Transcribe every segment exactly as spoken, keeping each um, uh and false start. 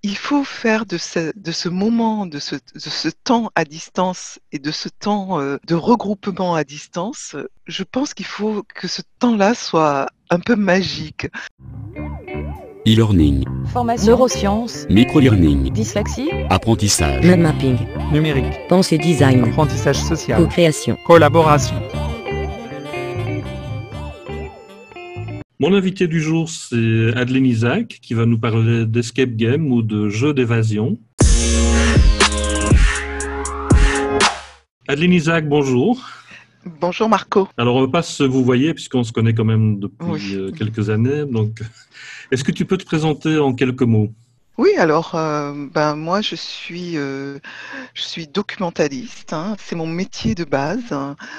il faut faire de ce de ce moment, de ce de ce temps à distance et de ce temps, heu, de regroupement à distance, heu, je pense qu'il faut que ce temps-là soit un peu magique. E-learning, Formation, neurosciences, micro-learning, dyslexie, apprentissage, Mind mapping, numérique, pensée design, apprentissage social, co-création. collaboration. Mon invité du jour, c'est Adeline Isaac, qui va nous parler d'escape game ou de jeux d'évasion. Adeline Isaac, bonjour. Bonjour Marco. Alors, on ne va pas se vous voyez, puisqu'on se connaît quand même depuis Oui. euh, quelques années. Donc, est-ce que tu peux te présenter en quelques mots ? Oui, alors, heu, ben, moi je suis, heu, je suis documentaliste, hein, c'est mon métier de base.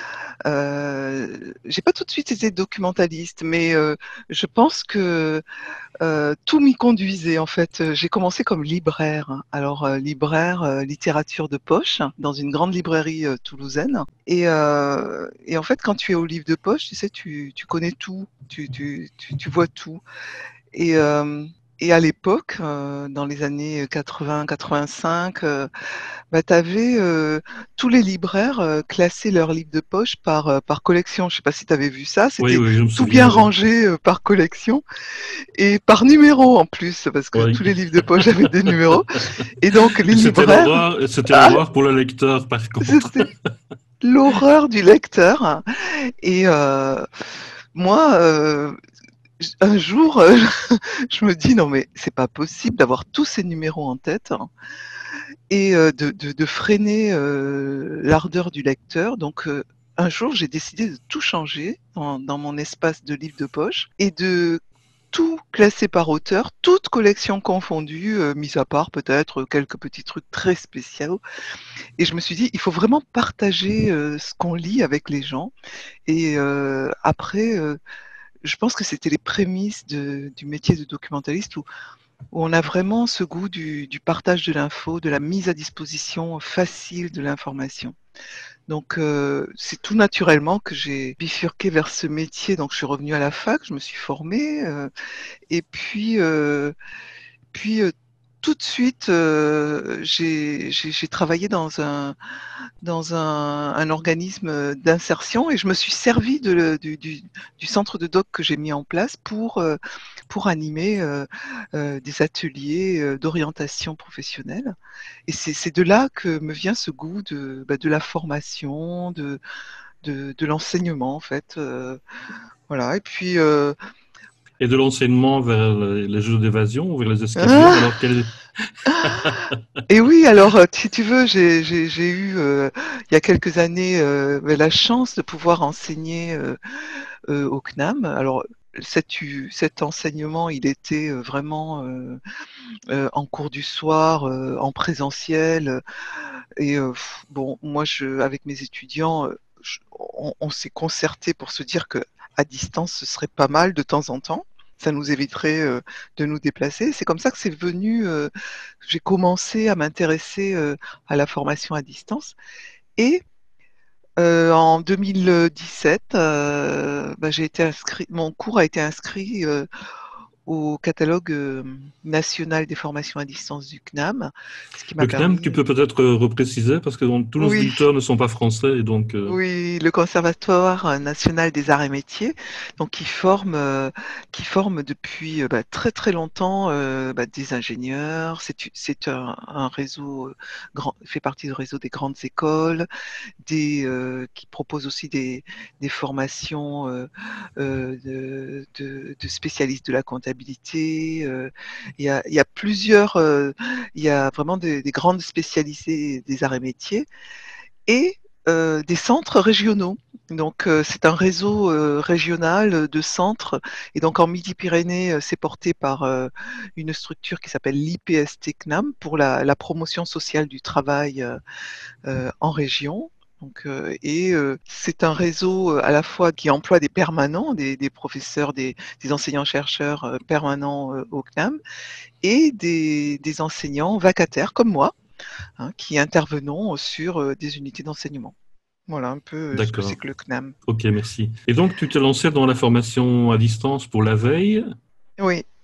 Heu, j'ai pas tout de suite été documentaliste, mais heu, je pense que, heu, tout m'y conduisait en fait. Heu, j'ai commencé comme libraire. Alors, heu, libraire, heu, littérature de poche dans une grande librairie, heu, toulousaine et heu et en fait quand tu es au livre de poche, tu sais, tu tu connais tout, tu tu tu tu vois tout et hem et à l'époque, heu, dans les années quatre-vingts quatre-vingt-cinq, heu, bah, tu avais, heu, tous les libraires, heu, classaient leurs livres de poche par, heu, par collection. Je sais pas si tu avais vu ça? Oui, C'était oui, je me tout bien souviens. Oui. rangé, heu, par collection et par numéro en plus, parce que Oui. tous les livres de poche avaient des numéros et donc les C'était libraires l'horreur, c'était ah! l'horreur pour le lecteur, par contre. C'était l'horreur du lecteur et heu, moi, heu, j un jour, heu, je me dis: «Non mais c'est pas possible d'avoir tous ces numéros en tête et heu, de de de freiner, heu, l'ardeur du lecteur». Donc heu, un jour, j'ai décidé de tout changer dans dans mon espace de livres de poche et de tout classer par auteur, toutes collections confondues, heu, mis à part peut-être quelques petits trucs très spéciaux et je me suis dit: «Il faut vraiment partager, heu, ce qu'on lit avec les gens» et heu, après, heu, je pense que c'était les prémices de du métier de documentaliste où où on a vraiment ce goût du du partage de l'info, de la mise à disposition facile de l'information. Donc heu, c'est tout naturellement que j'ai bifurqué vers ce métier. Donc je suis revenue à la fac, je me suis formée, heu et puis, heu, puis, heu, tout de suite, heu, j'ai j'ai j'ai travaillé dans un dans un un organisme, heu, d'insertion et je me suis servie de le du du du centre de doc que j'ai mis en place pour, heu, pour animer, heu heu, des ateliers, heu, d'orientation professionnelle et c'est c'est de là que me vient ce goût de, bah, de la formation, de de de l'enseignement en fait, heu, voilà et puis, heu Et de l'enseignement vers les les jeux d'évasion ou vers les escape games. Alors, quel... et oui, alors, heu, si tu veux, j'ai j'ai j'ai eu, heu, il y a quelques années, heu, bah, la chance de pouvoir enseigner, heu heu, au CNAM. Alors, cet u cet enseignement, il était, heu, vraiment, heu heu, en cours du soir, heu, en présentiel, heu et heu, bon, moi, je avec mes étudiants, heu, j on on s'est concertés pour se dire qu'à distance, ce serait pas mal de temps en temps. Ça nous éviterait, heu, de nous déplacer. C'est comme ça que c'est venu, heu, j'ai commencé à m'intéresser, heu, à la formation à distance et heu, en deux mille dix-sept, heu, bah, j'ai été inscrit mon cours a été inscrit, heu, au catalogue, hem, national des formations à distance du CNAM, ce qui m'a Le CNAM, tu permis peux peut-être euh, repréciser, parce que donc, tous nos oui. auditeurs ne sont pas français, et donc... euh, Oui, le Conservatoire, heu, national des arts et métiers, donc qui forme, heu, qui forme depuis, heu, bah, très, très longtemps, heu, bah, des ingénieurs. C'est u c'est un un réseau, heu, grand fait partie du réseau des grandes écoles, des, heu, qui propose aussi des des formations, heu heu, de de de spécialistes de la comptabilité, heu, il y a il y a plusieurs, heu, il y a vraiment des des grandes spécialisées des arts et métiers et heu, des centres régionaux. Donc heu, c'est un réseau, heu, régional, heu, de centres et donc en Midi-Pyrénées, heu, c'est porté par, heu, une structure qui s'appelle l'I P S T CNAM pour la la promotion sociale du travail, heu heu, en région. Donc heu et heu, c'est un réseau, heu, à la fois qui emploie des permanents, des des professeurs, des des enseignants-chercheurs, heu, permanents, heu, au CNAM et des des enseignants vacataires comme moi, hein, qui intervenons sur, heu, des unités d'enseignement. Voilà un peu, heu, ce que c'est D'accord. que le CNAM. Ok, merci. Et donc, tu t'es lancé dans la formation à distance pour la veille. Oui.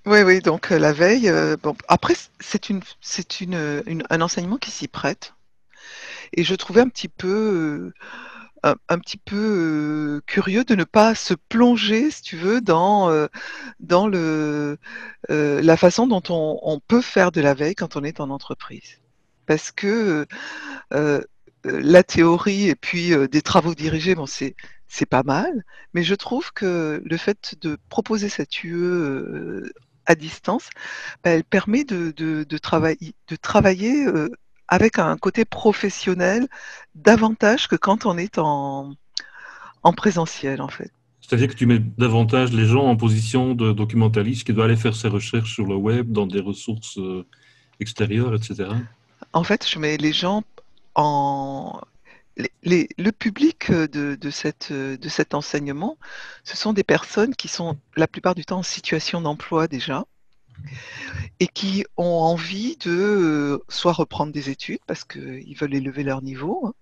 Oui, oui, donc euh, la veille, euh, bon, après, c- c'est une, c'est une, euh, une- un enseignement qui s'y prête. Et je trouvais un petit peu, euh, un, un petit peu euh, curieux de ne pas se plonger, si tu veux, dans, euh, dans le, euh, la façon dont on, on peut faire de la veille quand on est en entreprise. Parce que euh, euh, la théorie et puis euh, des travaux dirigés, bon, c'est c'est pas mal, mais je trouve que le fait de proposer cette U E euh, à distance, bah, elle permet de, de, de travailler, de travailler euh, avec un côté professionnel davantage que quand on est en, en présentiel, en fait. C'est-à-dire que tu mets davantage les gens en position de documentaliste qui doit aller faire ses recherches sur le web, dans des ressources euh, extérieures, et cetera. En fait, je mets les gens en... Les, les- le public de, de, cette, de cet enseignement, ce sont des personnes qui sont la plupart du temps en situation d'emploi déjà et qui ont envie de euh, soit reprendre des études parce qu'ils veulent élever leur niveau, hein,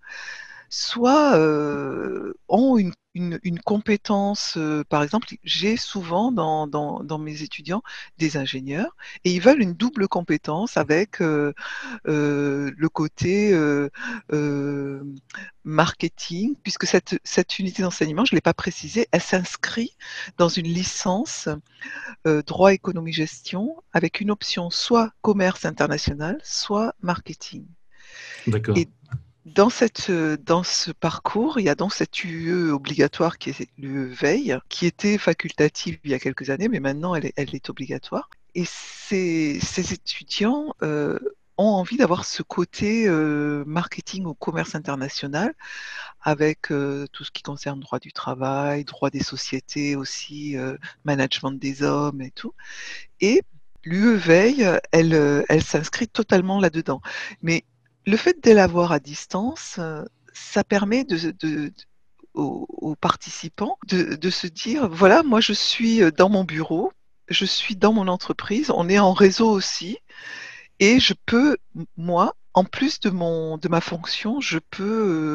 soit euh, ont une, une, une compétence, euh, par exemple, j'ai souvent dans, dans, dans mes étudiants des ingénieurs et ils veulent une double compétence avec euh, euh, le côté euh, euh, marketing, puisque cette, cette unité d'enseignement, je ne l'ai pas précisé, elle s'inscrit dans une licence euh, droit, économie, gestion, avec une option soit commerce international, soit marketing. D'accord. Et dans, cette, euh, dans ce parcours, il y a donc cette U E obligatoire qui est l'U E Veille, qui était facultative il y a quelques années, mais maintenant elle est, elle est obligatoire. Et ces, ces étudiants euh, ont envie d'avoir ce côté euh, marketing au commerce international, avec euh, tout ce qui concerne droit du travail, droit des sociétés aussi, euh, management des hommes et tout. Et l'U E Veille, elle, euh, elle s'inscrit totalement là-dedans. Mais le fait de l'avoir à distance, euh, ça permet de, de- de- aux, aux participants de, de se dire, voilà, moi je suis dans mon bureau, je suis dans mon entreprise, on est en réseau aussi, et je peux, m- moi, en plus de mon de ma fonction, je peux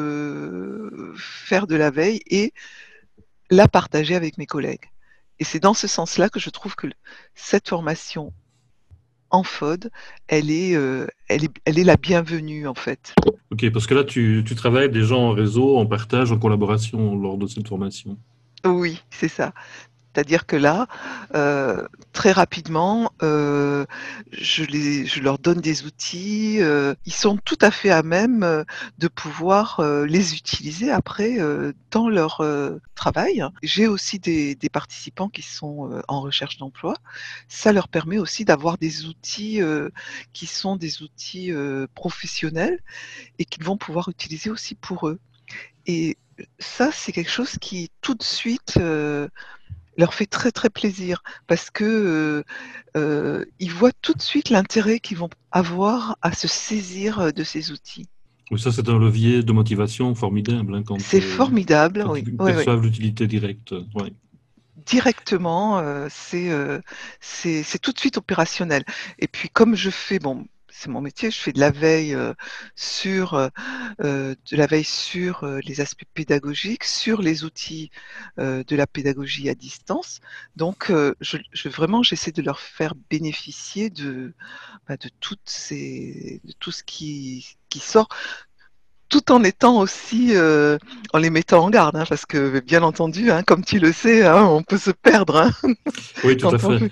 euh, faire de la veille et la partager avec mes collègues. Et c'est dans ce sens-là que je trouve que le- cette formation en F O D, elle est, euh, elle est, elle est la bienvenue en fait. Ok, parce que là, tu, tu travailles avec des gens en réseau, en partage, en collaboration lors de cette formation. Oui, c'est ça. C'est-à-dire que là, heu, très rapidement, heu, je les je leur donne des outils, heu, ils sont tout à fait à même, heu, de pouvoir, heu, les utiliser après, heu, dans leur, heu, travail. J'ai aussi des des participants qui sont, heu, en recherche d'emploi. Ça leur permet aussi d'avoir des outils, heu, qui sont des outils, heu, professionnels et qu'ils vont pouvoir utiliser aussi pour eux. Et ça, c'est quelque chose qui tout de suite, heu leur fait très, très plaisir parce que, heu heu, ils voient tout de suite l'intérêt qu'ils vont avoir à se saisir, heu, de ces outils. Oui, ça, c'est un levier de motivation formidable hein, quand, C'est euh, formidable, quand oui, ils oui, oui. perçoivent l'utilité directe. Ouais. Directement, heu, c'est, heu, c'est c'est tout de suite opérationnel et puis comme je fais bon, c'est mon métier, je fais de la veille, heu, sur, heu heu, de la veille sur, heu, les aspects pédagogiques, sur les outils, heu, de la pédagogie à distance. Donc, heu, je je vraiment j'essaie de leur faire bénéficier de, bah, de toutes ces de tout ce qui qui sort tout en étant aussi, heu, en les mettant en garde, hein, parce que bien entendu, hein, comme tu le sais, hein, on peut se perdre, hein, Oui, tout à quand on fait. veut.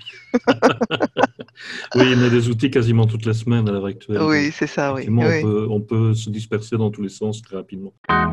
Oui, on a des outils quasiment toutes les semaines à l'heure actuelle. Donc, Oui, c'est ça, oui, effectivement, on oui. peut, on peut se disperser dans tous les sens très rapidement.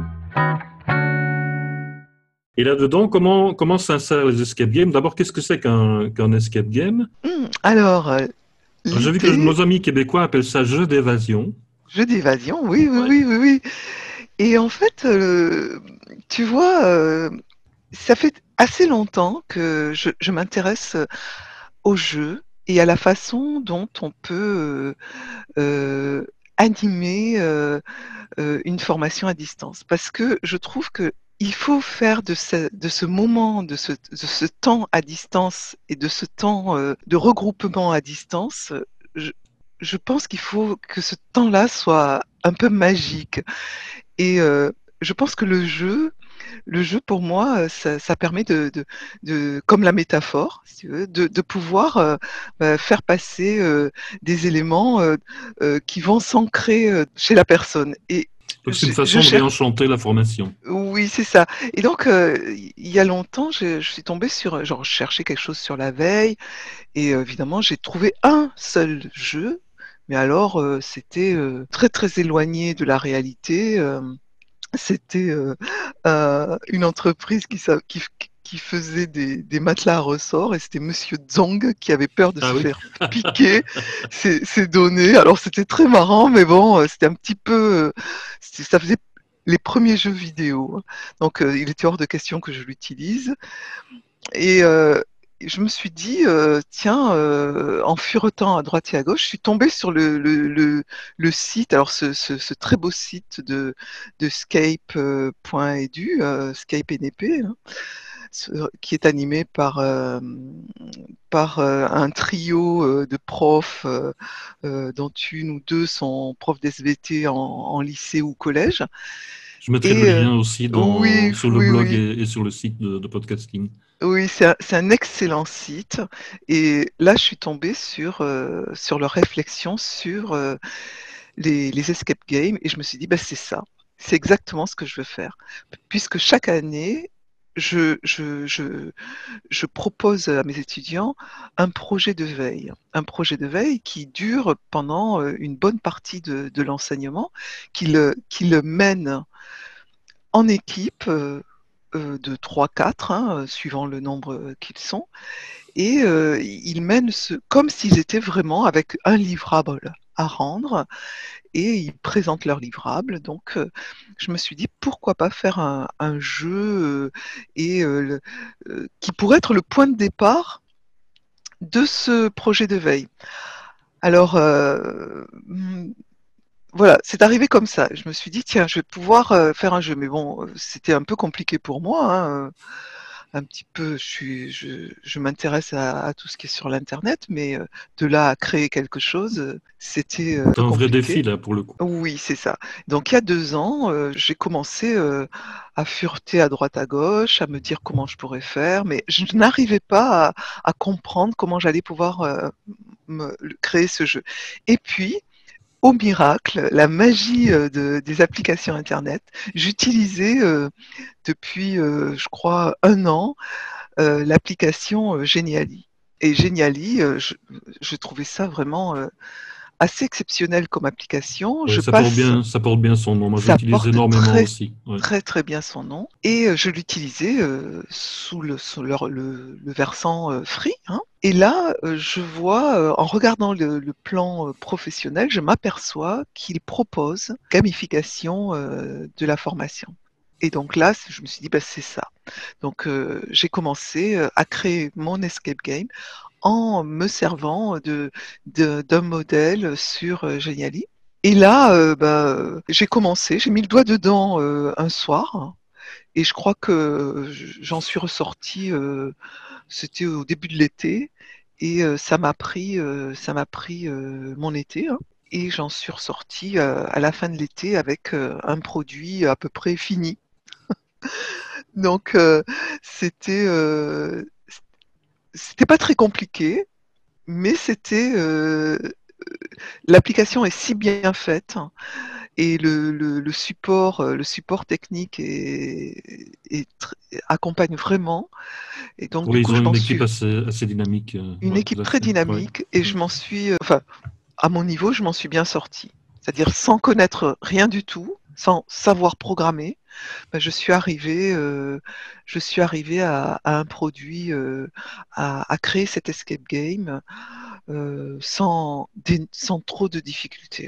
Et là-dedans, comment, comment s'insèrent les escape games? D'abord, qu'est-ce que c'est qu'un qu'un escape game? Mmh, alors, heu, Alors, j'ai vu que l'idée nos amis québécois appellent ça jeu d'évasion. jeu d'évasion, oui, oui, Ouais. oui, oui, oui et en fait, heu, tu vois, heu, ça fait assez longtemps que je je m'intéresse, heu, aux jeux et à la façon dont on peut, heu heu, animer, heu heu, une formation à distance. Parce que je trouve qu'il faut faire de ce de ce moment, de ce de ce temps à distance et de ce temps, heu, de regroupement à distance, heu, je je pense qu'il faut que ce temps-là soit un peu magique et heu, je pense que le jeu le jeu pour moi, euh, ça, ça permet de, de, de, comme la métaphore, si tu veux, de, de pouvoir euh, bah, faire passer euh, des éléments euh, euh, qui vont s'ancrer euh, chez la personne. Et Donc c'est je, une je façon de cherche. réenchanter la formation. Oui, c'est ça. Et donc, euh, il y a longtemps, je, je suis tombée sur, genre, je cherchais quelque chose sur la veille, et euh, évidemment, j'ai trouvé un seul jeu, mais alors, euh, c'était euh, très très éloigné de la réalité. euh, C'était euh, euh, une entreprise qui, sa- qui, qui faisait des, des matelas à ressort, et c'était Monsieur Zhang qui avait peur de Ah se oui. faire piquer ses, ses données. Alors c'était très marrant, mais bon, euh, c'était un petit peu, euh, c'était- ça faisait les premiers jeux vidéo. Donc euh, il était hors de question que je l'utilise. Et euh, je me suis dit, euh, tiens, euh, en furetant à droite et à gauche, je suis tombée sur le, le, le, le site, alors ce, ce, ce très beau site de, de scape point edu, euh, Scape N P, hein, ce- qui est animé par, euh, par euh, un trio euh, de profs, euh, euh, dont une ou deux sont profs d'S V T en, en lycée ou collège. Je mettrai le Et euh, lien aussi dans, oui, sur le oui, blog oui. et, et sur le site de, de podcasting. Oui, c'est un, c'est un excellent site. Et là, je suis tombée sur, euh, sur leur réflexion sur euh, les, les escape games, et je me suis dit, bah, c'est ça. C'est exactement ce que je veux faire. Puisque chaque année, je, je, je, je propose à mes étudiants un projet de veille. Un projet de veille qui dure pendant euh, une bonne partie de, de l'enseignement, qu'ils qu'ils mènent en équipe. Euh, euh, de trois quatre, hein, suivant le nombre euh, qu'ils sont, et euh, ils mènent ce, comme s'ils étaient vraiment avec un livrable à rendre, et ils présentent leur livrable. Donc, euh, je me suis dit, pourquoi pas faire un, un jeu euh, et euh, le- euh, qui pourrait être le point de départ de ce projet de veille. Alors, euh, hmm, voilà, c'est arrivé comme ça. Je me suis dit, tiens, je vais pouvoir euh, faire un jeu. Mais bon, euh, c'était un peu compliqué pour moi, hein, euh, un petit peu, je suis, je, je m'intéresse à, à tout ce qui est sur l'internet, mais euh, de là à créer quelque chose, euh, c'était euh, un C'est peu un vrai défi, compliqué. là, pour le coup. Oui, c'est ça. Donc il y a deux ans, euh, j'ai commencé euh, à fureter à droite à gauche, à me dire comment je pourrais faire, mais je n'arrivais pas à, à comprendre comment j'allais pouvoir euh, me- créer ce jeu. Et puis, au miracle, la magie euh, de- des applications Internet, j'utilisais euh, depuis, euh, je crois, un an, euh, l'application euh, Geniali. Et Geniali, euh, je, je trouvais ça vraiment euh, assez exceptionnel comme application. Oui, Je ça porte passe, bien, ça porte bien son nom. Moi, je ça l'utilise porte énormément très aussi. Ouais. très très bien son nom, et euh, je l'utilisais euh, sous le, sous leur- le, le versant euh, free, hein. Et là, euh, je vois, euh, en regardant le, le plan euh, professionnel, je m'aperçois qu'il propose gamification euh, de la formation. Et donc là, je me suis dit, bah, c'est ça. Donc euh, j'ai commencé euh, à créer mon escape game en me servant de, de- d'un modèle sur euh, Geniali. Et là, euh, bah, euh, j'ai commencé, j'ai mis le doigt dedans euh, un soir, et je crois que j'en suis ressortie, euh, c'était au début de l'été, et euh, ça m'a pris, euh, ça m'a pris euh, mon été, hein. Et j'en suis ressortie euh, à la fin de l'été avec euh, un produit à peu près fini. Donc euh, c'était euh, c'était pas très compliqué, mais c'était euh, l'application est si bien faite, et le, le, le support, euh, le support technique est, est tr- accompagne vraiment. Et donc, du Oui, ils coup, ont je m'en une équipe suis assez, assez dynamique. euh, une ouais, tout équipe à très fait. Ouais. dynamique, et je m'en suis, euh, enfin, à mon niveau, je m'en suis bien sortie. C'est-à-dire sans connaître rien du tout, sans savoir programmer, ben, je suis arrivée, euh, je suis arrivée à, à un produit, euh, à, à créer cet escape game euh, sans, des- sans trop de difficultés.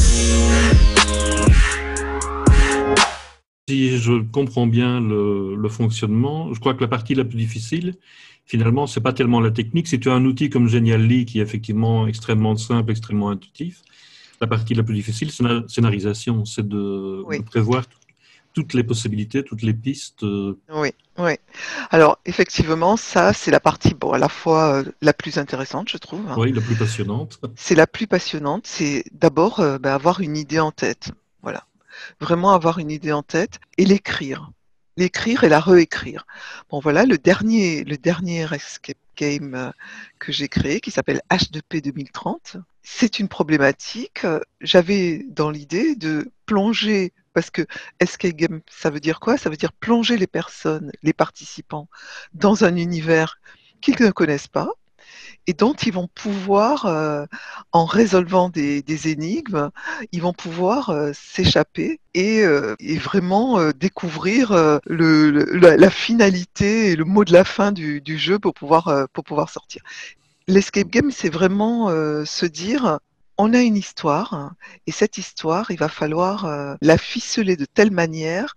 Si je comprends bien le, le fonctionnement, je crois que la partie la plus difficile, finalement, c'est pas tellement la technique. Si tu as un outil comme Genially qui est effectivement extrêmement simple, extrêmement intuitif, la partie la plus difficile, c'est la scénarisation, c'est de, de Oui. prévoir tout- toutes les possibilités, toutes les pistes. euh, Oui, oui. Alors, effectivement, ça, c'est la partie, bon, à la fois euh, la plus intéressante, je trouve, hein. Oui, la plus passionnante. C'est la plus passionnante. C'est d'abord euh, ben, avoir une idée en tête. Voilà. Vraiment avoir une idée en tête et l'écrire. l'écrire et la réécrire. Bon voilà, le dernier, le dernier escape game euh, que j'ai créé, qui s'appelle H deux P deux mille trente, c'est une problématique. euh, J'avais dans l'idée de plonger, parce que escape game, ça veut dire quoi? Ça veut dire plonger les personnes, les participants, dans un univers qu'ils ne connaissent pas et dont ils vont pouvoir, euh, en résolvant des, des énigmes, ils vont pouvoir euh, s'échapper et, euh, et vraiment euh, découvrir euh, le, le- la, la finalité et le mot de la fin du, du jeu pour pouvoir, euh, pour pouvoir sortir. L'escape game, c'est vraiment euh, se dire, on a une histoire et cette histoire, il va falloir euh, la ficeler de telle manière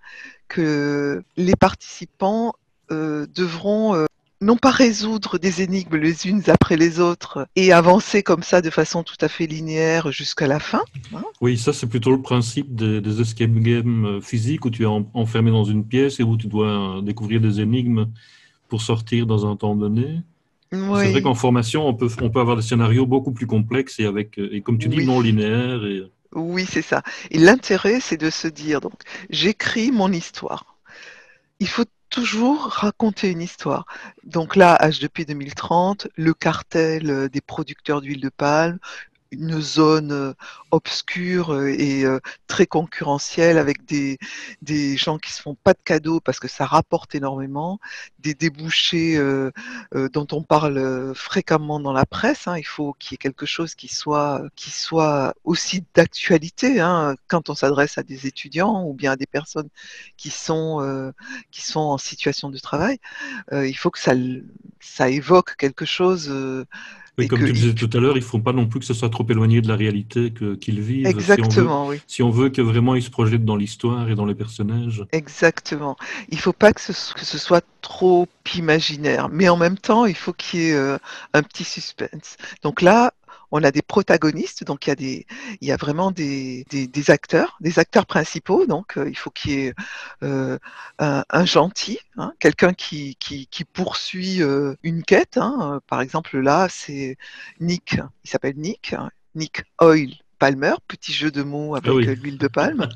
que les participants euh, devront euh, non pas résoudre des énigmes les unes après les autres et avancer comme ça de façon tout à fait linéaire jusqu'à la fin. Hein. Oui, ça c'est plutôt le principe des, des escape games euh, physiques où tu es en- enfermé dans une pièce et où tu dois euh, découvrir des énigmes pour sortir dans un temps donné. C'est vrai qu'en Oui, formation, on peut, on peut avoir des scénarios beaucoup plus complexes et avec, euh, et comme tu dis, oui, non linéaires. Et... oui, c'est ça. Et l'intérêt, c'est de se dire, donc, j'écris mon histoire. Il faut toujours raconter une histoire. Donc là, H deux P deux mille trente, le cartel euh, des producteurs d'huile de palme, une zone euh, obscure euh, et euh, très concurrentielle avec des, des gens qui se font pas de cadeaux parce que ça rapporte énormément, des débouchés euh, euh, dont on parle euh, fréquemment dans la presse. Hein. Il faut qu'il y ait quelque chose qui soit, qui soit aussi d'actualité hein, quand on s'adresse à des étudiants ou bien à des personnes qui sont, euh, qui sont en situation de travail. Euh, il faut que ça, ça évoque quelque chose euh, Oui, et comme que tu le disais tout à l'heure, il ne faut pas non plus que ce soit trop éloigné de la réalité que, qu'ils vivent. Si on veut, exactement, oui. si on veut que vraiment ils se projettent dans l'histoire et dans les personnages. Exactement. Il faut pas que ce, que ce soit trop imaginaire, mais en même temps, il faut qu'il y ait euh, un petit suspense. Donc là, on a des protagonistes, donc il y a des, il y a vraiment des, des, des acteurs, des acteurs principaux. Donc euh, il faut qu'il y ait euh, un, un gentil, hein, quelqu'un qui, qui, qui poursuit euh, une quête. Hein. Par exemple, là, c'est Nick. Il s'appelle Nick, hein, Nick Oil Palmer, petit jeu de mots Ah avec oui, euh, l'huile de palme.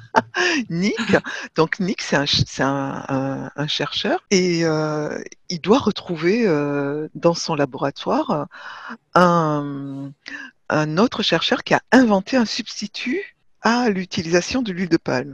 Nick, donc Nick, c'est un, ch- c'est un, un- un chercheur et euh, il doit retrouver euh, dans son laboratoire un, un autre chercheur qui a inventé un substitut à l'utilisation de l'huile de palme.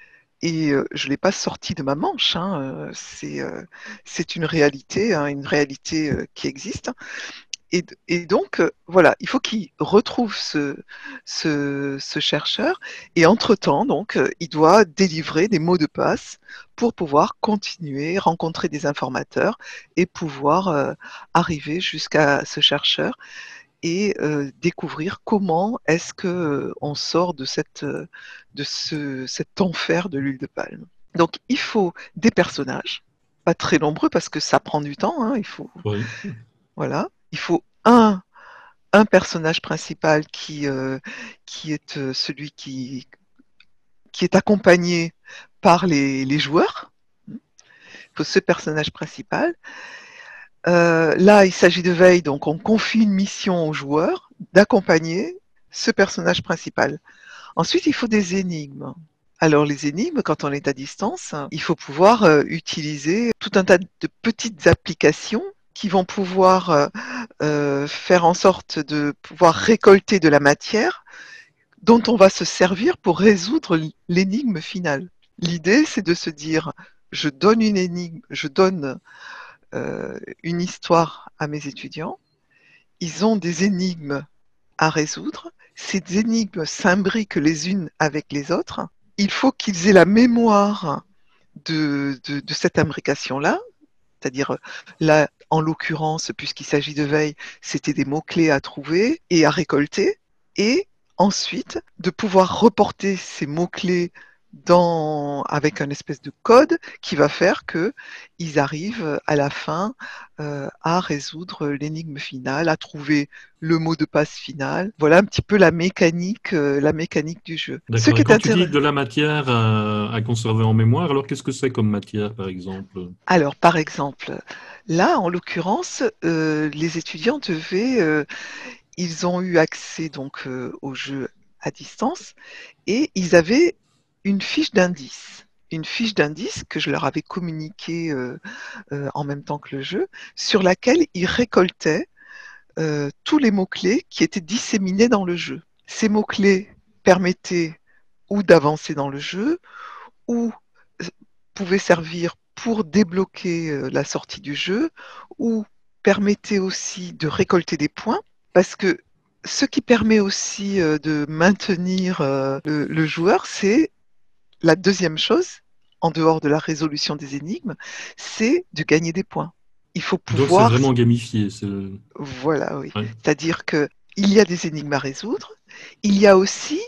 Et euh, je ne l'ai pas sorti de ma manche, hein, euh, c'est euh, c'est une réalité, hein, une réalité euh, qui existe. Et, et donc, euh, voilà, il faut qu'il retrouve ce, ce, ce chercheur. Et entre-temps, donc, euh, il doit délivrer des mots de passe pour pouvoir continuer, rencontrer des informateurs et pouvoir euh, arriver jusqu'à ce chercheur et euh, découvrir comment est-ce que euh, on sort de cette, euh, de ce, cet enfer de l'huile de palme. Donc, il faut des personnages, pas très nombreux parce que ça prend du temps. Hein, il faut, oui. voilà, il faut un un personnage principal qui, euh, qui est euh, celui qui, qui est accompagné par les, les joueurs. Il faut ce personnage principal. Euh, là, il s'agit de veille, donc on confie une mission aux joueurs d'accompagner ce personnage principal. Ensuite, il faut des énigmes. Alors les énigmes, quand on est à distance, il faut pouvoir euh, utiliser tout un tas de petites applications qui vont pouvoir euh, euh, faire en sorte de pouvoir récolter de la matière dont on va se servir pour résoudre l'énigme finale. L'idée, c'est de se dire, je donne une énigme, je donne euh, une histoire à mes étudiants, ils ont des énigmes à résoudre, ces énigmes s'imbriquent les unes avec les autres, il faut qu'ils aient la mémoire de, de, de cette imbrication-là, c'est-à-dire là, en l'occurrence, puisqu'il s'agit de veille, c'était des mots-clés à trouver et à récolter, et ensuite de pouvoir reporter ces mots-clés dans, avec un espèce de code qui va faire qu'ils arrivent à la fin euh, à résoudre l'énigme finale, à trouver le mot de passe final. Voilà un petit peu la mécanique, euh, la mécanique du jeu. Ce D'accord. qui Et est quand tu dis intéressant. de la matière à, à conserver en mémoire, alors qu'est-ce que c'est comme matière, par exemple? Alors, par exemple, là, en l'occurrence, euh, les étudiants devaient, euh, ils ont eu accès donc euh, au jeu à distance et ils avaient une fiche d'indice. une fiche d'indices que je leur avais communiquée euh, euh, en même temps que le jeu, sur laquelle ils récoltaient euh, tous les mots-clés qui étaient disséminés dans le jeu. Ces mots-clés permettaient ou d'avancer dans le jeu, ou pouvaient servir pour débloquer euh, la sortie du jeu, ou permettaient aussi de récolter des points, parce que ce qui permet aussi euh, de maintenir euh, le, le joueur, c'est la deuxième chose, en dehors de la résolution des énigmes, c'est de gagner des points. Il faut Donc c'est pouvoir, vraiment gamifié. c'est- voilà, oui. ouais. C'est-à-dire que il y a des énigmes à résoudre, il y a aussi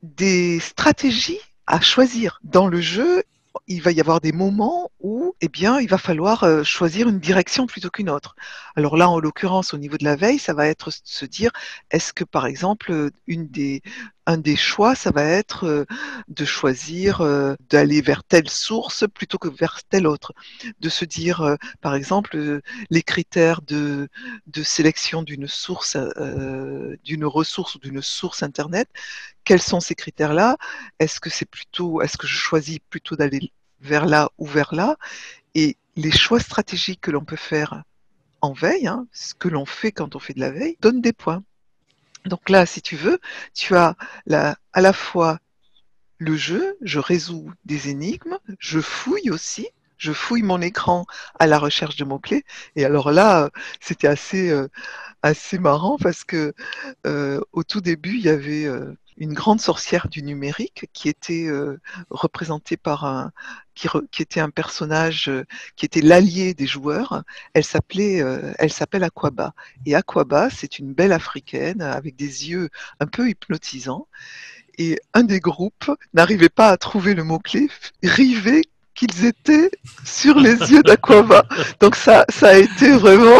des stratégies à choisir. Dans le jeu, il va y avoir des moments où, eh bien, il va falloir euh, choisir une direction plutôt qu'une autre. Alors là, en l'occurrence, au niveau de la veille, ça va être se dire, est-ce que, par exemple, euh, une des, un des choix, ça va être euh, de choisir euh, d'aller vers telle source plutôt que vers telle autre. De se dire, euh, par exemple, euh, les critères de, de sélection d'une source, euh, d'une ressource ou d'une source Internet, quels sont ces critères-là? Est-ce que c'est plutôt, est-ce que je choisis plutôt d'aller vers là ou vers là? Et les choix stratégiques que l'on peut faire en veille, hein, ce que l'on fait quand on fait de la veille, donne des points. Donc là, si tu veux, tu as la, à la fois le jeu, je résous des énigmes, je fouille aussi, je fouille mon écran à la recherche de mots-clés. Et alors là, c'était assez, euh, assez marrant parce que euh, au tout début, il y avait euh, une grande sorcière du numérique qui était euh, représentée par un qui, re, qui était un personnage euh, qui était l'allié des joueurs. Elle s'appelait, euh, elle s'appelle Aquaba. Et Aquaba, c'est une belle africaine avec des yeux un peu hypnotisants. Et un des groupes n'arrivait pas à trouver le mot-clé, rivés qu'ils étaient sur les yeux d'Aquaba. Donc ça, ça a été vraiment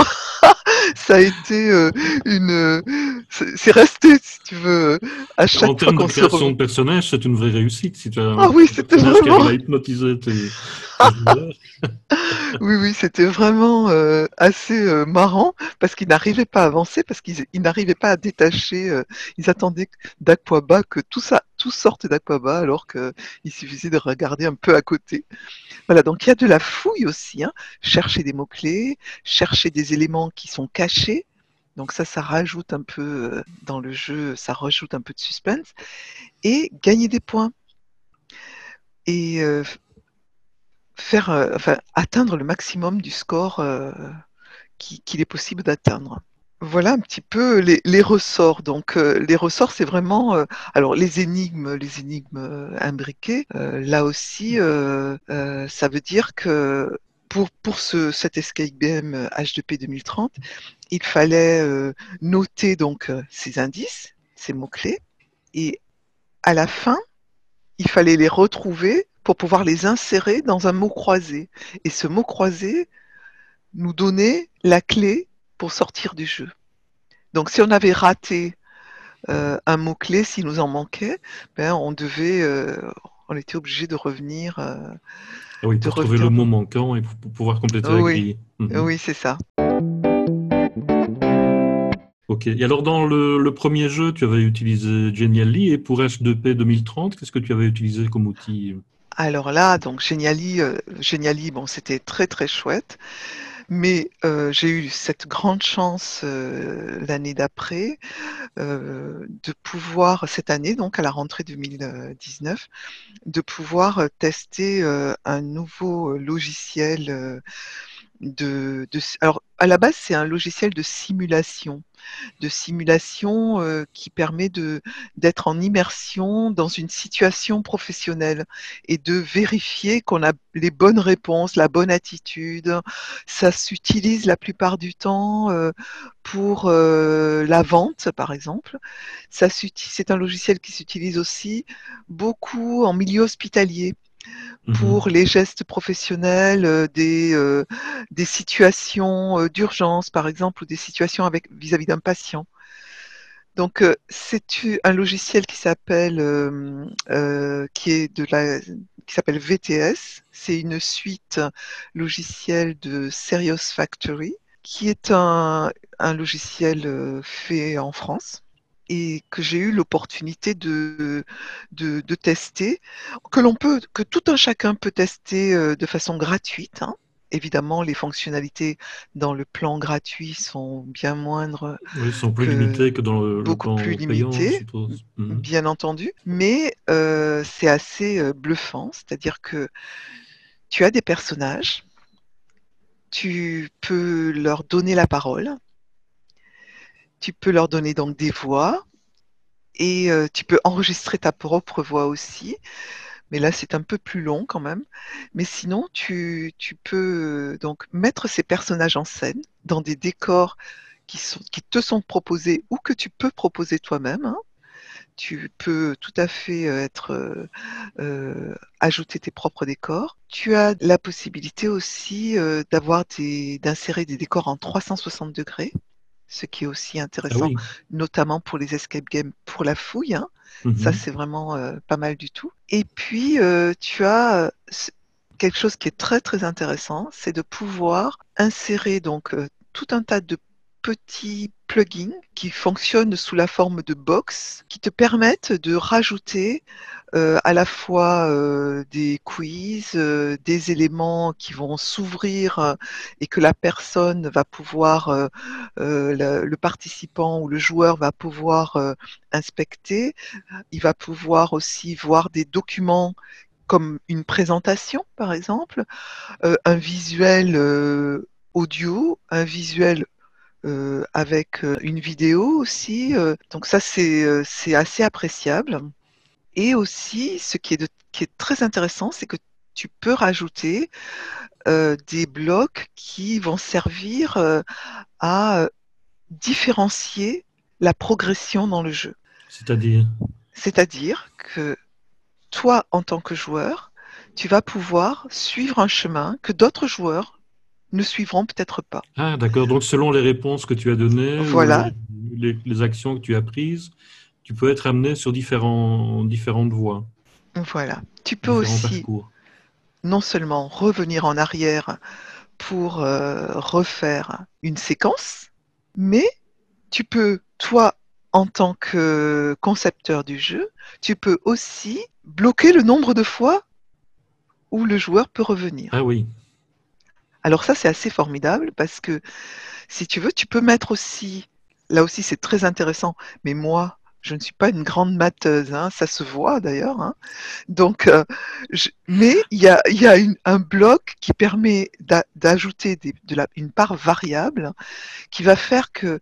ça a été euh, une. C'est resté, si tu veux, à En chaque fois termes de qu'on se création revoit. de personnage, c'est une vraie réussite. Si tu as Ah un oui, c'était personnage qui vraiment. arrive à hypnotiser tes, tes joueurs. Oui, oui, c'était vraiment euh, assez euh, marrant parce qu'ils n'arrivaient pas à avancer, parce qu'ils ils n'arrivaient pas à détacher. Euh, ils attendaient d'Aquaba que tout ça, tout sorte d'Aquaba, alors qu'il suffisait de regarder un peu à côté. Voilà, donc il y a de la fouille aussi, hein. Chercher des mots-clés, chercher des éléments qui sont cachés. Donc ça, ça rajoute un peu euh, dans le jeu, ça rajoute un peu de suspense. Et gagner des points. Et euh, faire, euh, enfin, atteindre le maximum du score euh, qui- qu'il est possible d'atteindre. Voilà un petit peu les, les ressorts. Donc euh, les ressorts, c'est vraiment euh, alors les énigmes, les énigmes euh, imbriquées. Euh, là aussi, euh, euh, ça veut dire que pour pour ce cet escape game H deux P deux mille trente, il fallait euh, noter donc euh, ces indices, ces mots clés, et à la fin, il fallait les retrouver pour pouvoir les insérer dans un mot croisé. Et ce mot croisé nous donnait la clé pour sortir du jeu. Donc si on avait raté euh, un mot-clé, s'il nous en manquait, ben, on devait, euh, on était obligé de revenir, euh, Ah oui, de pour trouver le revenir. mot manquant et pour, pour pouvoir compléter la Oui, grille. Mhm. oui, c'est ça. Ok. Et alors, dans le, le premier jeu, tu avais utilisé Genially et pour H deux P deux mille trente, qu'est-ce que tu avais utilisé comme outil? Alors là, donc Geniali, euh, Geniali, bon, c'était très très chouette, mais euh, j'ai eu cette grande chance euh, l'année d'après euh, de pouvoir, cette année, donc à la rentrée deux mille dix-neuf, de pouvoir euh, tester euh, un nouveau euh, logiciel euh, de, de... Alors, à la base, c'est un logiciel de simulation de simulation euh, qui permet de d'être en immersion dans une situation professionnelle et de vérifier qu'on a les bonnes réponses, la bonne attitude. Ça s'utilise la plupart du temps euh, pour euh, la vente, par exemple. Ça c'est un logiciel qui s'utilise aussi beaucoup en milieu hospitalier Mhm. pour les gestes professionnels, euh, des, euh, des situations euh, d'urgence, par exemple, ou des situations avec vis-à-vis d'un patient. Donc, euh, c'est un logiciel qui s'appelle, euh, euh, qui est de la, qui s'appelle V T S. C'est une suite logicielle de Serious Factory, qui est un, un logiciel euh, fait en France. et que j'ai eu l'opportunité de, de, de tester, que l'on peut, que tout un chacun peut tester euh, de façon gratuite, hein. Évidemment, les fonctionnalités dans le plan gratuit sont bien moindres Oui, ils sont plus que limités que dans le, le beaucoup plus plan payant, je limitées, suppose. Mhm. bien entendu, mais euh, c'est assez euh, bluffant, c'est-à-dire que tu as des personnages, tu peux leur donner la parole, tu peux leur donner donc des voix, et euh, tu peux enregistrer ta propre voix aussi, mais là c'est un peu plus long quand même. Mais sinon, tu, tu peux euh, donc mettre ces personnages en scène dans des décors qui, sont, qui te sont proposés ou que tu peux proposer toi-même, hein. Tu peux tout à fait euh, être euh, euh, ajouter tes propres décors. Tu as la possibilité aussi euh, d'avoir des, d'insérer des décors en trois cent soixante degrés, ce qui est aussi Ah intéressant, oui. notamment pour les escape games, pour la fouille, hein. Ça, Mhm. c'est vraiment euh, pas mal du tout. Et puis, euh, tu as euh, ce- quelque chose qui est très très intéressant, c'est de pouvoir insérer donc euh, tout un tas de petits plugins qui fonctionnent sous la forme de box, qui te permettent de rajouter euh, à la fois euh, des quiz, euh, des éléments qui vont s'ouvrir euh, et que la personne va pouvoir, euh, euh, le, le participant ou le joueur va pouvoir euh, inspecter. Il va pouvoir aussi voir des documents comme une présentation, par exemple, euh, un visuel euh, audio, un visuel euh, avec euh, une vidéo aussi. euh. Donc ça, c'est euh, c'est assez appréciable. Et aussi, ce qui est, de- qui est très intéressant, c'est que tu peux rajouter euh, des blocs qui vont servir euh, à euh, différencier la progression dans le jeu. C'est-à-dire? C'est-à-dire que toi, en tant que joueur, tu vas pouvoir suivre un chemin que d'autres joueurs ne suivront peut-être pas. Ah, d'accord. Donc, selon les réponses que tu as données ou Voilà, les, les- les actions que tu as prises, tu peux être amené sur différents, différentes voies, voilà. Tu peux différents aussi parcours. non seulement revenir en arrière pour euh, refaire une séquence, mais tu peux, toi, en tant que concepteur du jeu, tu peux aussi bloquer le nombre de fois où le joueur peut Ah revenir. oui. Alors ça, c'est assez formidable parce que si tu veux, tu peux mettre aussi, là aussi c'est très intéressant, mais moi, je ne suis pas une grande matheuse, hein, ça se voit d'ailleurs, hein. Donc, euh, je- mais il y a, il y a une- un bloc qui permet d'a- d'ajouter des- de la- une part variable qui va faire que,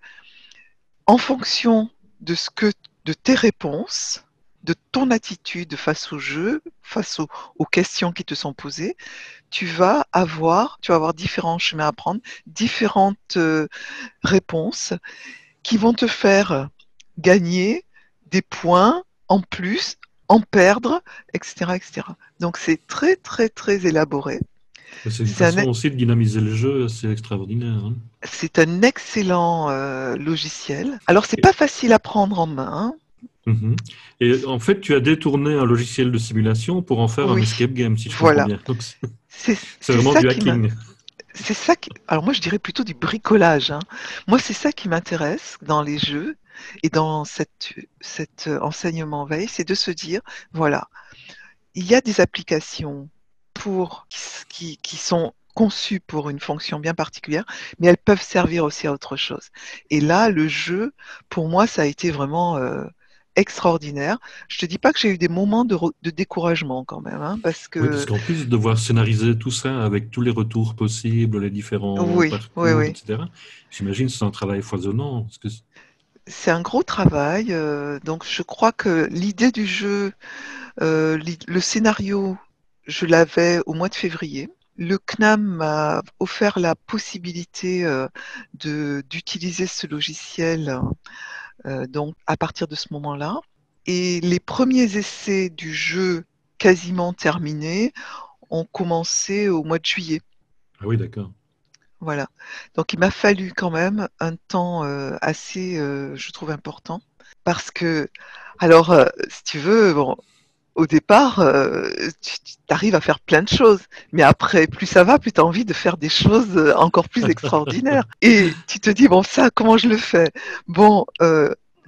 en fonction de ce que, de tes réponses, de ton attitude face au jeu, face aux, aux questions qui te sont posées, tu vas avoir, tu vas avoir différents chemins à prendre, différentes euh, réponses qui vont te faire gagner des points en plus, en perdre, et cetera, et cetera. Donc c'est très très très élaboré. C'est une C'est un, façon aussi de dynamiser le jeu, c'est extraordinaire, hein. c'est un excellent euh, logiciel. Alors c'est Et, pas facile à prendre en main, hein. mhm. Et en fait, tu as détourné un logiciel de simulation pour en faire un Oui, escape game, si je comprends voilà. bien. Donc, c'est C'est c'est c'est vraiment ça du qui m'a, hacking. c'est ça qui, alors moi je dirais plutôt du bricolage, hein. Moi c'est ça qui m'intéresse dans les jeux et dans cette, cet enseignement veille, c'est de se dire, voilà, il y a des applications pour, qui, qui sont conçues pour une fonction bien particulière, mais elles peuvent servir aussi à autre chose. Et là, le jeu, pour moi, ça a été vraiment euh, extraordinaire. Je te dis pas que j'ai eu des moments de, re- de découragement quand même, hein, parce Oui, parce que qu'en plus de devoir scénariser tout ça avec tous les retours possibles, les différents oui, oui, parcours, oui. et cetera, j'imagine que c'est un travail foisonnant. Parce que... C'est un gros travail. Euh, donc, je crois que l'idée du jeu, euh, l'i- le scénario, je l'avais au mois de février. Le C N A M m'a offert la possibilité euh, de d'utiliser ce logiciel euh, donc à partir de ce moment-là. Et les premiers essais du jeu quasiment terminés ont commencé au mois de juillet. Ah oui, d'accord. Voilà. Donc il m'a fallu quand même un temps euh, assez, euh, je trouve, important. Parce que, alors, euh, si tu veux, bon, au départ, euh, tu arrives à faire plein de choses. Mais après, plus ça va, plus tu as envie de faire des choses euh, encore plus extraordinaires. Et tu te dis, bon, ça, comment je le fais? Bon, euh,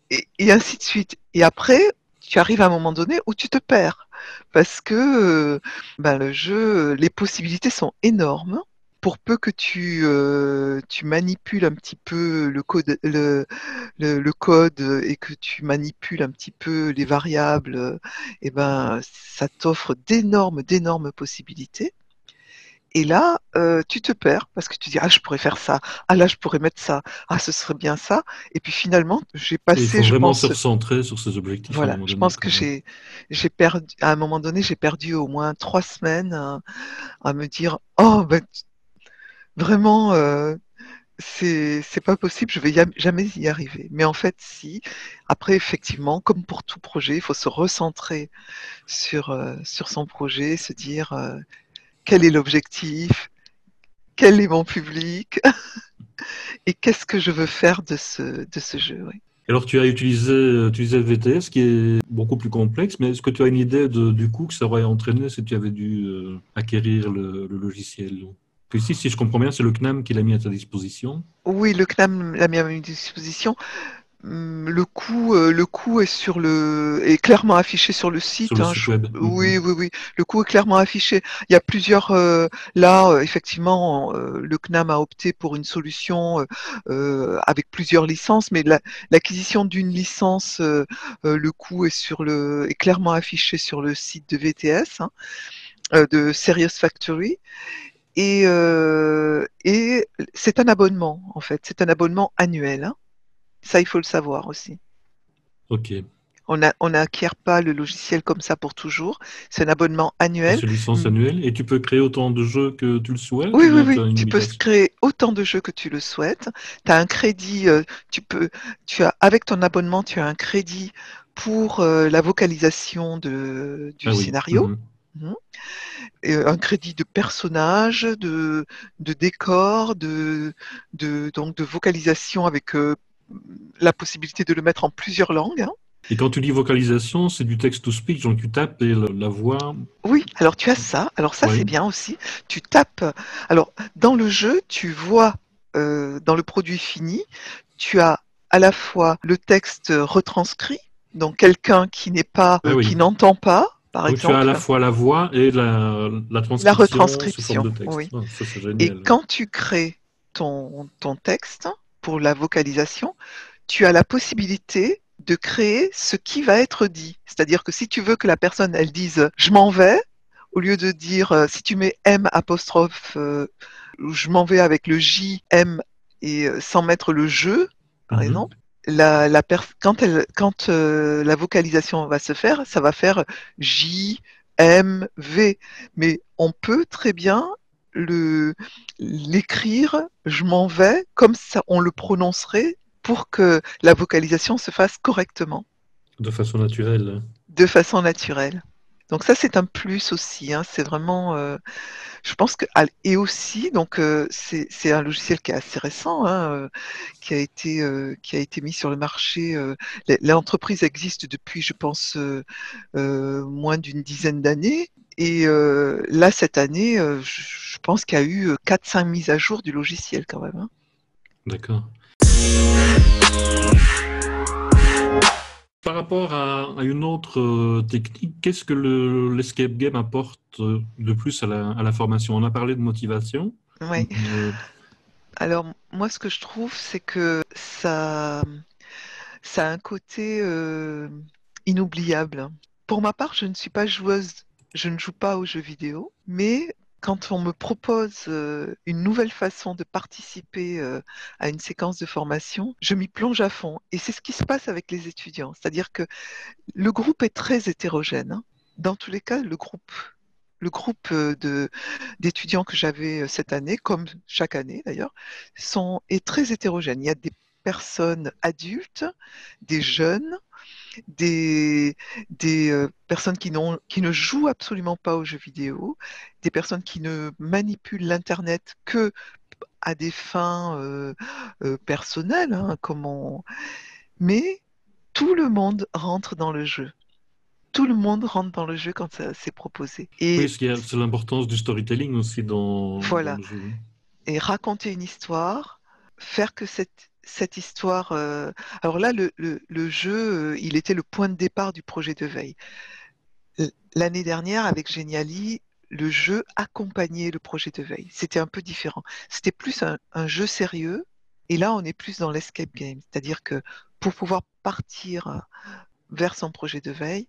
et, et ainsi de suite. Et après, tu arrives à un moment donné où tu te perds parce que euh, ben, le jeu, les possibilités sont énormes. Pour peu que tu, euh, tu manipules un petit peu le code, le, le, le code et que tu manipules un petit peu les variables, et ben, ça t'offre d'énormes, d'énormes possibilités. Et là, euh, tu te perds parce que tu dis, ah, je pourrais faire ça, ah là, je pourrais mettre ça, ah, ce serait bien ça. Et puis finalement, j'ai Et il passé, faut je vraiment se pense, recentrer sur ses objectifs à un voilà, moment je donné, pense quoi, que ouais. j'ai, j'ai perdu, à un moment donné, j'ai perdu au moins trois semaines à, à me dire, oh, ben, vraiment, euh, c'est, c'est pas possible, je vais y- jamais y arriver. Mais en fait, si. Après, effectivement, comme pour tout projet, il faut se recentrer sur, euh, sur son projet, se dire euh, quel est l'objectif, quel est mon public et qu'est-ce que je veux faire de ce, de ce jeu. Oui. Alors, tu as utilisé, euh, utilisé le V T S, qui est beaucoup plus complexe, mais est-ce que tu as une idée de, du coût que ça aurait entraîné si tu avais dû euh, acquérir le, le logiciel? Puis ici, si je comprends bien, c'est le C N A M qui l'a mis à ta disposition. Oui, le C N A M l'a mis à ma disposition. Hum, Le coût, euh, le coût est sur le, est clairement affiché sur le Sur site. le Hein, site je- web. Mhm. oui, oui, oui. Le coût est clairement affiché. Il y a plusieurs. Euh, là, euh, effectivement, euh, le C N A M a opté pour une solution euh, euh, avec plusieurs licences, mais la- l'acquisition d'une licence, euh, euh, le coût est sur le, est clairement affiché sur le site de V T S, hein, euh, de Serious Factory. Et, euh, et c'est un abonnement, en fait. C'est un abonnement annuel. Hein. Ça, il faut le savoir aussi. OK. On a- on n'acquiert pas le logiciel comme ça pour toujours. C'est un abonnement Et annuel. c'est licence Mm. annuelle. Et tu peux créer autant de jeux que tu le souhaites Oui, ou oui, bien tu oui. as une Tu peux limitation? créer autant de jeux que tu le souhaites. Tu as un crédit. euh, tu peux, tu as, avec ton abonnement, tu as un crédit pour euh, la vocalisation de, du Ah oui. scénario. Mhm. Mhm. Et euh, un crédit de personnage, de, de décor, de, de, donc de vocalisation avec euh, la possibilité de le mettre en plusieurs langues. Hein. Et quand tu dis vocalisation, c'est du text-to-speech, donc tu tapes et la, la voix. Oui, alors tu as ça. Alors ça, c'est Oui. bien aussi. Tu tapes. Alors, dans le jeu, tu vois, euh, dans le produit fini, tu as à la fois le texte retranscrit, donc quelqu'un qui n'est pas, Ah euh, qui oui. n'entend pas, par Donc tu as à la exemple, fois la voix et la, la la transcription sous forme retranscription. de texte. Oui. Ah, ça, c'est Et génial. quand tu crées ton, ton texte pour la vocalisation, tu as la possibilité de créer ce qui va être dit. C'est-à-dire que si tu veux que la personne, elle dise je m'en vais, au lieu de dire, euh, si tu mets M apostrophe, euh, je m'en vais avec le J, M, et euh, sans mettre le je, par Mhm. exemple, la, la pers- quand, elle, quand euh, la vocalisation va se faire, ça va faire J, M, V. Mais on peut très bien le, l'écrire, je m'en vais, comme ça on le prononcerait pour que la vocalisation se fasse correctement, De façon naturelle. de façon naturelle. Donc ça, c'est un plus aussi. Hein. C'est vraiment, euh, je pense que ah, et aussi, donc euh, c'est c'est un logiciel qui est assez récent, hein, euh, qui a été euh, qui a été mis sur le marché. Euh, l- l'entreprise existe depuis, je pense, euh, euh, moins d'une dizaine d'années. Et euh, là, cette année, euh, je je pense qu'il y a eu euh, quatre cinq mises à jour du logiciel quand même. Hein. D'accord. Par rapport à, à une autre euh, technique, qu'est-ce que le, l'escape game apporte euh, de plus à la, à la formation? On a parlé de motivation. Ouais. Euh, Alors moi, ce que je trouve, c'est que ça, ça a un côté euh, inoubliable. Pour ma part, je ne suis pas joueuse, je ne joue pas aux jeux vidéo, mais quand on me propose euh, une nouvelle façon de participer euh, à une séquence de formation, je m'y plonge à fond. Et c'est ce qui se passe avec les étudiants. C'est-à-dire que le groupe est très hétérogène. Hein. Dans tous les cas, le groupe, le groupe euh, de, d'étudiants que j'avais euh, cette année, comme chaque année d'ailleurs, sont, est très hétérogène. Il y a des personnes adultes, des jeunes, des, des euh, personnes qui, n'ont, qui ne jouent absolument pas aux jeux vidéo, des personnes qui ne manipulent l'Internet que à des fins euh, euh, personnelles, hein, comme on- mais tout le monde rentre dans le jeu. Tout le monde rentre dans le jeu quand ça c'est proposé. oui, Et ce qui a- c'est l'importance du storytelling aussi dans, dans voilà. le jeu. Et raconter une histoire, faire que cette, cette histoire. euh, Alors là, le, le, le jeu, euh, il était le point de départ du projet de veille. L- L'année dernière, avec Geniali, le jeu accompagnait le projet de veille. C'était un peu différent. C'était plus un, un jeu sérieux. Et là, on est plus dans l'escape game. C'est-à-dire que pour pouvoir partir euh, vers son projet de veille,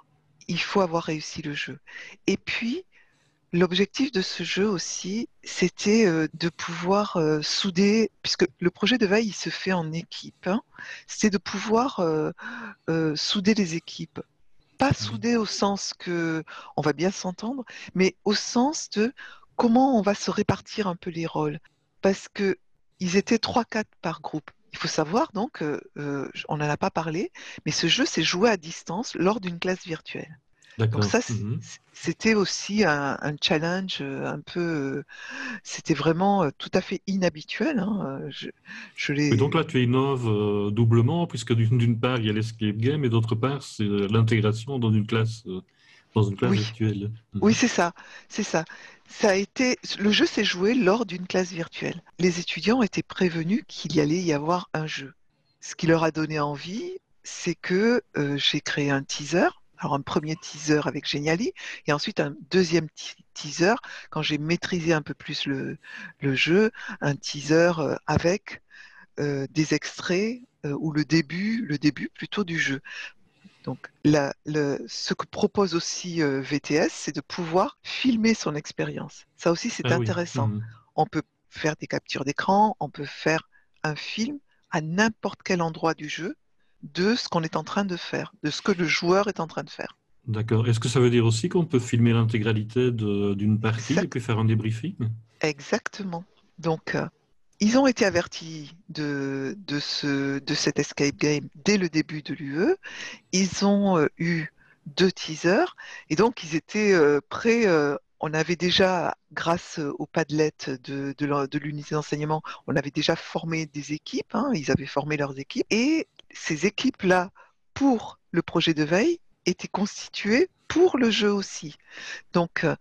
il faut avoir réussi le jeu. Et puis, l'objectif de ce jeu aussi, c'était euh, de pouvoir euh, souder, puisque le projet de veille, il se fait en équipe, hein, c'était de pouvoir euh, euh, souder les équipes. Pas Mhm. souder au sens que on va bien s'entendre, mais au sens de comment on va se répartir un peu les rôles. Parce que ils étaient trois, quatre par groupe. Il faut savoir donc, euh, euh, on n'en a pas parlé, mais ce jeu s'est joué à distance lors d'une classe virtuelle. Donc D'accord. ça, c- Mhm. c'était aussi un, un challenge euh, un peu, euh, c'était vraiment euh, tout à fait inhabituel, hein. Euh, Je, je Oui, donc l'ai, là, tu innoves euh, doublement, puisque d'une d'une part, il y a l'escape game, et d'autre part, c'est euh, l'intégration dans une classe, euh, dans une classe oui, virtuelle. oui, Mhm. c'est ça, c'est ça. Ça a été, le jeu s'est joué lors d'une classe virtuelle. Les étudiants étaient prévenus qu'il y allait y avoir un jeu. Ce qui leur a donné envie, c'est que euh, j'ai créé un teaser. Alors un premier teaser avec Geniali et ensuite un deuxième te- teaser quand j'ai maîtrisé un peu plus le, le jeu, un teaser euh, avec euh, des extraits euh, ou le début, le début plutôt du jeu. Donc, la- le- ce que propose aussi euh, V T S, c'est de pouvoir filmer son expérience. Ça aussi, c'est Ah oui. intéressant. Mhm. On peut faire des captures d'écran, on peut faire un film à n'importe quel endroit du jeu de ce qu'on est en train de faire, de ce que le joueur est en train de faire. D'accord. Est-ce que ça veut dire aussi qu'on peut filmer l'intégralité de- d'une partie et Exact, puis faire un débriefing? exactement. Donc, euh, ils ont été avertis de, de, ce, de cet escape game dès le début de l'U E. Ils ont euh, eu deux teasers et donc ils étaient euh, prêts. Euh, on avait déjà, grâce euh, au Padlet de, de, l'en- de l'unité d'enseignement, on avait déjà formé des équipes, hein, ils avaient formé leurs équipes et ces équipes-là, pour le projet de veille, étaient constituées pour le jeu aussi. Donc euh,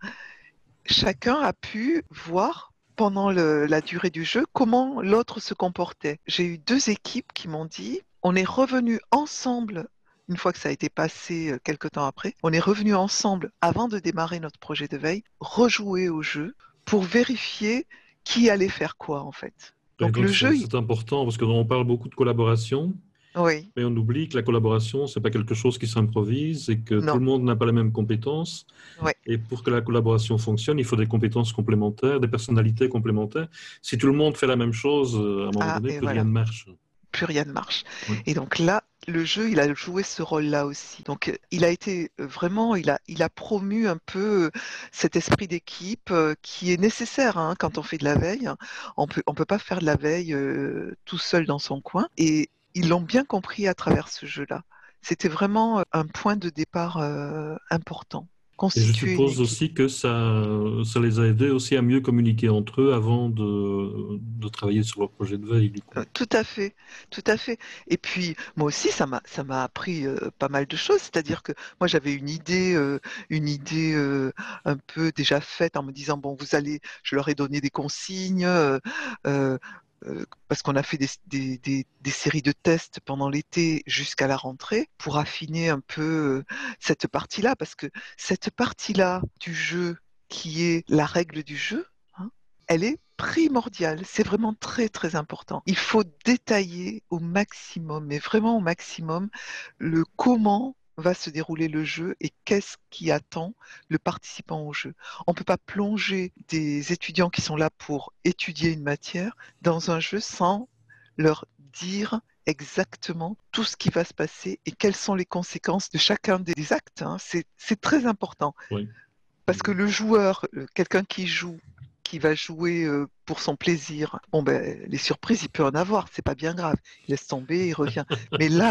chacun a pu voir pendant le- la durée du jeu comment l'autre se comportait. J'ai eu deux équipes qui m'ont dit, on est revenus ensemble, une fois que ça a été passé euh, quelque temps après, on est revenus ensemble avant de démarrer notre projet de veille, rejouer au jeu pour vérifier qui allait faire quoi en fait. Et Donc donc, le c'est jeu, il- c'est important parce qu'on parle beaucoup de collaboration, oui, mais on oublie que la collaboration, c'est pas quelque chose qui s'improvise et que tout non, le monde n'a pas les mêmes compétences. ouais, Et pour que la collaboration fonctionne, il faut des compétences complémentaires, des personnalités complémentaires. Si tout le monde fait la même chose, euh, à un moment ah donné, et plus rien voilà. ne marche. Plus rien ne marche. Oui. Et donc là, le jeu, il a joué ce rôle-là aussi. Donc, euh, il a été euh, vraiment, il a, il a promu un peu euh, cet esprit d'équipe euh, qui est nécessaire hein, quand on fait de la veille. On peut, on peut pas faire de la veille euh, tout seul dans son coin. Et ils l'ont bien compris à travers ce jeu-là. C'était vraiment euh, un point de départ euh, important. Et je Constituer une suppose équipe. aussi que ça, ça les a aidés aussi à mieux communiquer entre eux avant de, de travailler sur leur projet de veille, du coup. Euh, Tout à fait, tout à fait. Et puis moi aussi, ça m'a ça m'a appris euh, pas mal de choses. C'est-à-dire que moi j'avais une idée, euh, une idée euh, un peu déjà faite en me disant bon, vous allez, je leur ai donné des consignes euh, euh, euh, parce qu'on a fait des, des, des, des séries de tests pendant l'été jusqu'à la rentrée pour affiner un peu euh, cette partie-là, parce que cette partie-là du jeu qui est la règle du jeu, hein, elle est primordiale. C'est vraiment très, très important. Il faut détailler au maximum, mais vraiment au maximum, le comment va se dérouler le jeu et qu'est-ce qui attend le participant au jeu. On ne peut pas plonger des étudiants qui sont là pour étudier une matière dans un jeu sans leur dire exactement tout ce qui va se passer et quelles sont les conséquences de chacun des actes, hein. C'est, c'est très important. Oui. Parce que le joueur, euh, quelqu'un qui joue, qui va jouer euh, pour son plaisir, bon ben les surprises, il peut en avoir, c'est pas bien grave. Il laisse tomber, il revient. Mais là,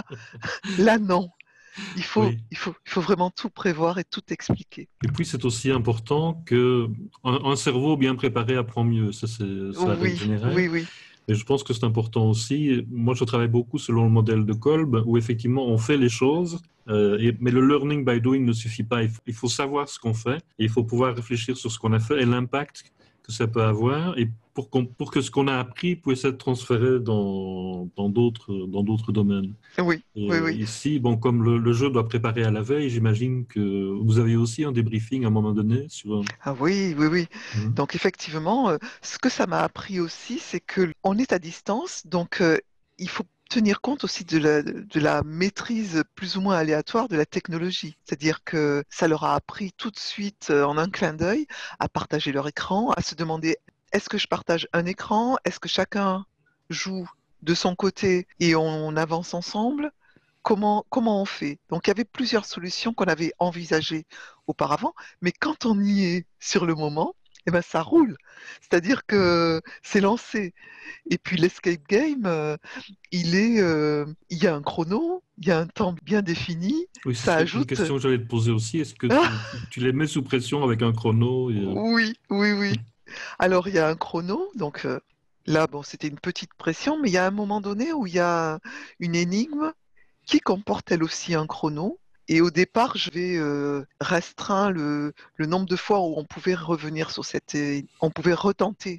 là non. Il faut, Oui. il faut, il faut vraiment tout prévoir et tout expliquer. Et puis, c'est aussi important que un, un cerveau bien préparé apprend mieux. Ça, c'est c'est la règle Oui, générale. oui, oui. Et je pense que c'est important aussi. Moi, je travaille beaucoup selon le modèle de Kolb, où effectivement, on fait les choses, euh, et, mais le learning by doing ne suffit pas. Il faut, il faut savoir ce qu'on fait, et il faut pouvoir réfléchir sur ce qu'on a fait et l'impact que ça peut avoir et pour, qu'on, pour que ce qu'on a appris puisse être transféré dans, dans, d'autres, dans d'autres domaines. Oui, Et oui, euh, oui. ici, bon, comme le, le jeu doit préparer à la veille, j'imagine que vous avez aussi un débriefing à un moment donné sur un... Ah oui, oui, oui. Mhm. Donc effectivement, euh, ce que ça m'a appris aussi, c'est que on est à distance, donc euh, il faut tenir compte aussi de la, de la maîtrise plus ou moins aléatoire de la technologie. C'est-à-dire que ça leur a appris tout de suite, euh, en un clin d'œil, à partager leur écran, à se demander est-ce que je partage un écran? Est-ce que chacun joue de son côté et on avance ensemble? Comment, comment on fait? Donc, il y avait plusieurs solutions qu'on avait envisagées auparavant, mais quand on y est sur le moment, eh ben, ça roule. C'est-à-dire que c'est lancé. Et puis, l'escape game, euh, il est, euh, il y a un chrono, il y a un temps bien défini, Oui, ce ça serait une ajoute. question que j'allais te poser aussi. Est-ce que tu, tu, tu les mets sous pression avec un chrono et, euh, Oui, oui, oui. Alors, il y a un chrono, donc euh, là, bon, c'était une petite pression, mais il y a un moment donné où il y a une énigme qui comporte elle aussi un chrono. Et au départ, je vais euh, restreindre le, le nombre de fois où on pouvait revenir sur cette, é- on pouvait retenter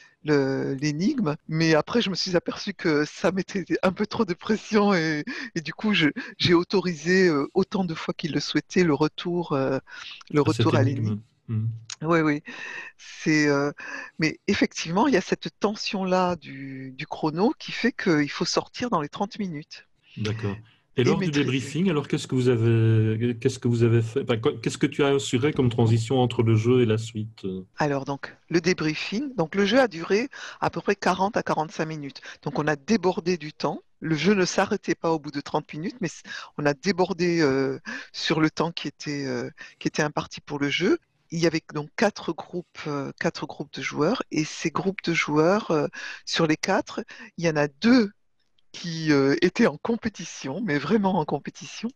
le- l'énigme. Mais après, je me suis aperçu que ça mettait un peu trop de pression et, et du coup, je- j'ai autorisé euh, autant de fois qu'il le souhaitait le retour, euh, le à cette retour à l'énigme. énigme? Mhm. Oui, oui. C'est, euh, mais effectivement, il y a cette tension-là du, du chrono qui fait qu'il faut sortir dans les trente minutes D'accord. Et et lors du maîtriser. débriefing, alors qu'est-ce que vous avez, qu'est-ce que vous avez fait, enfin, quoi- qu'est-ce que tu as assuré comme transition entre le jeu et la suite? euh Alors donc, le débriefing, donc le jeu a duré à peu près quarante à quarante-cinq minutes. Donc on a débordé du temps. Le jeu ne s'arrêtait pas au bout de trente minutes, mais c- on a débordé euh, sur le temps qui était, euh, qui était imparti pour le jeu. Il y avait donc quatre groupes, euh, quatre groupes de joueurs, et ces groupes de joueurs, euh, sur les quatre, il y en a deux qui euh, étaient en compétition, mais vraiment en compétition,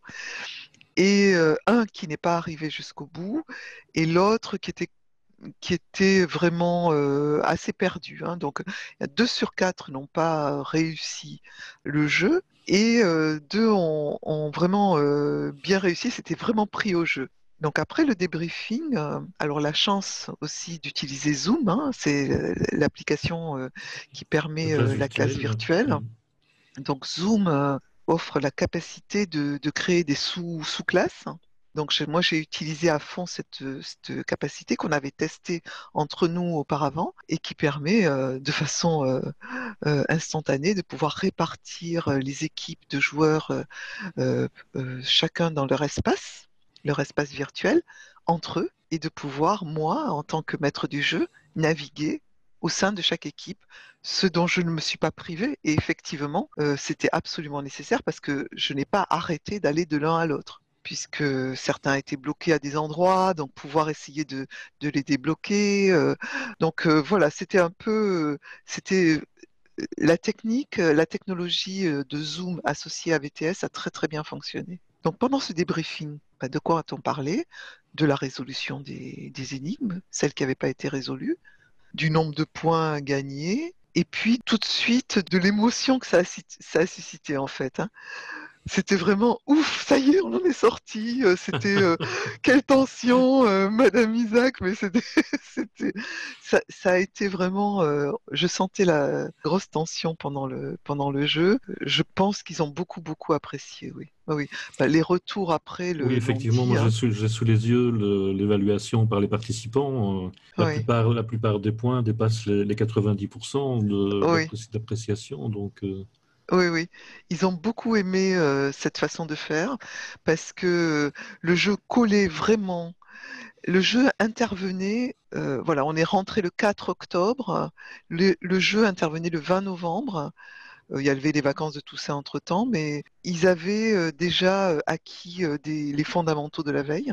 et euh, un qui n'est pas arrivé jusqu'au bout, et l'autre qui était qui était vraiment euh, assez perdu, hein. Donc, il y a deux sur quatre n'ont pas réussi le jeu et euh, deux ont, ont vraiment euh, bien réussi. C'était vraiment pris au jeu. Donc après le débriefing, euh, alors la chance aussi d'utiliser Zoom, hein, c'est euh, l'application euh, qui La permet classe euh, la classe virtuelle? virtuelle. Mhm. Donc Zoom euh, offre la capacité de, de créer des sous, sous-classes. Donc j'ai- moi j'ai utilisé à fond cette, cette capacité qu'on avait testée entre nous auparavant et qui permet euh, de façon euh, euh, instantanée de pouvoir répartir euh, les équipes de joueurs euh, euh, euh, chacun dans leur espace, leur espace virtuel, entre eux et de pouvoir, moi, en tant que maître du jeu, naviguer au sein de chaque équipe, ce dont je ne me suis pas privé. Et effectivement, euh, c'était absolument nécessaire parce que je n'ai pas arrêté d'aller de l'un à l'autre puisque certains étaient bloqués à des endroits, donc pouvoir essayer de, de les débloquer. euh. donc euh, voilà, c'était un peu, euh, c'était la technique, euh, la technologie euh, de Zoom associée à V T S a très très bien fonctionné. Donc pendant ce débriefing, bah, de quoi a-t-on parlé? De la résolution des, des énigmes, celles qui n'avaient pas été résolues, du nombre de points gagnés, et puis tout de suite de l'émotion que ça a, ça a suscité en fait, hein. C'était vraiment ouf, ça y est, on en est sorti. euh, C'était euh, quelle tension, euh, Madame Isaac, mais c'était, c'était, ça, ça a été vraiment. euh, je sentais la grosse tension pendant le pendant le jeu. Je pense qu'ils ont beaucoup beaucoup apprécié, oui. Ah oui, bah, les retours après Oui, le l'ont effectivement, dit, moi j'ai hein. sous, j'ai sous les yeux le- l'évaluation par les participants. Euh, la Oui, plupart, la plupart des points dépassent les, les quatre-vingt-dix pour cent de oui. l'appré- d'appréciation. Donc, euh, Oui, oui, ils ont beaucoup aimé euh, cette façon de faire parce que le jeu collait vraiment. Le jeu intervenait, euh, voilà, on est rentré le quatre octobre, le, le jeu intervenait le vingt novembre. Euh, il y avait les vacances de Toussaint entre-temps, mais ils avaient euh, déjà euh, acquis euh, des, les fondamentaux de la veille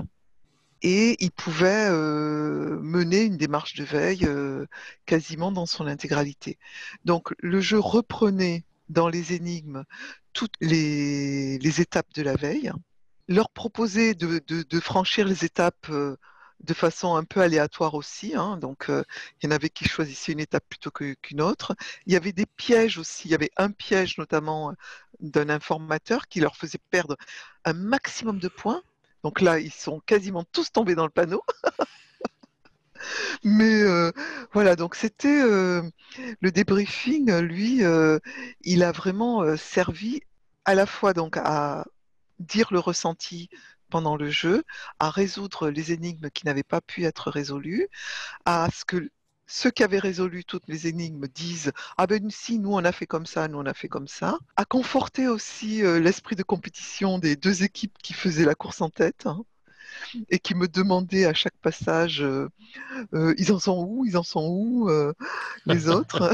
et ils pouvaient euh, mener une démarche de veille euh, quasiment dans son intégralité. Donc le jeu reprenait dans les énigmes toutes les, les étapes de la veille, leur proposer de, de, de franchir les étapes euh, de façon un peu aléatoire aussi, hein. Donc, euh, il y en avait qui choisissaient une étape plutôt que- qu'une autre. Il y avait des pièges aussi. Il y avait un piège notamment euh, d'un informateur qui leur faisait perdre un maximum de points. Donc là, ils sont quasiment tous tombés dans le panneau. Mais euh, voilà, donc c'était euh, le débriefing, lui, euh, il a vraiment euh, servi à la fois donc à dire le ressenti pendant le jeu, à résoudre les énigmes qui n'avaient pas pu être résolues, à ce que ceux qui avaient résolu toutes les énigmes disent ah ben si nous on a fait comme ça, nous on a fait comme ça, à conforter aussi euh, l'esprit de compétition des deux équipes qui faisaient la course en tête, hein, et qui me demandaient à chaque passage euh, euh, ils en sont où, ils en sont où euh, les autres,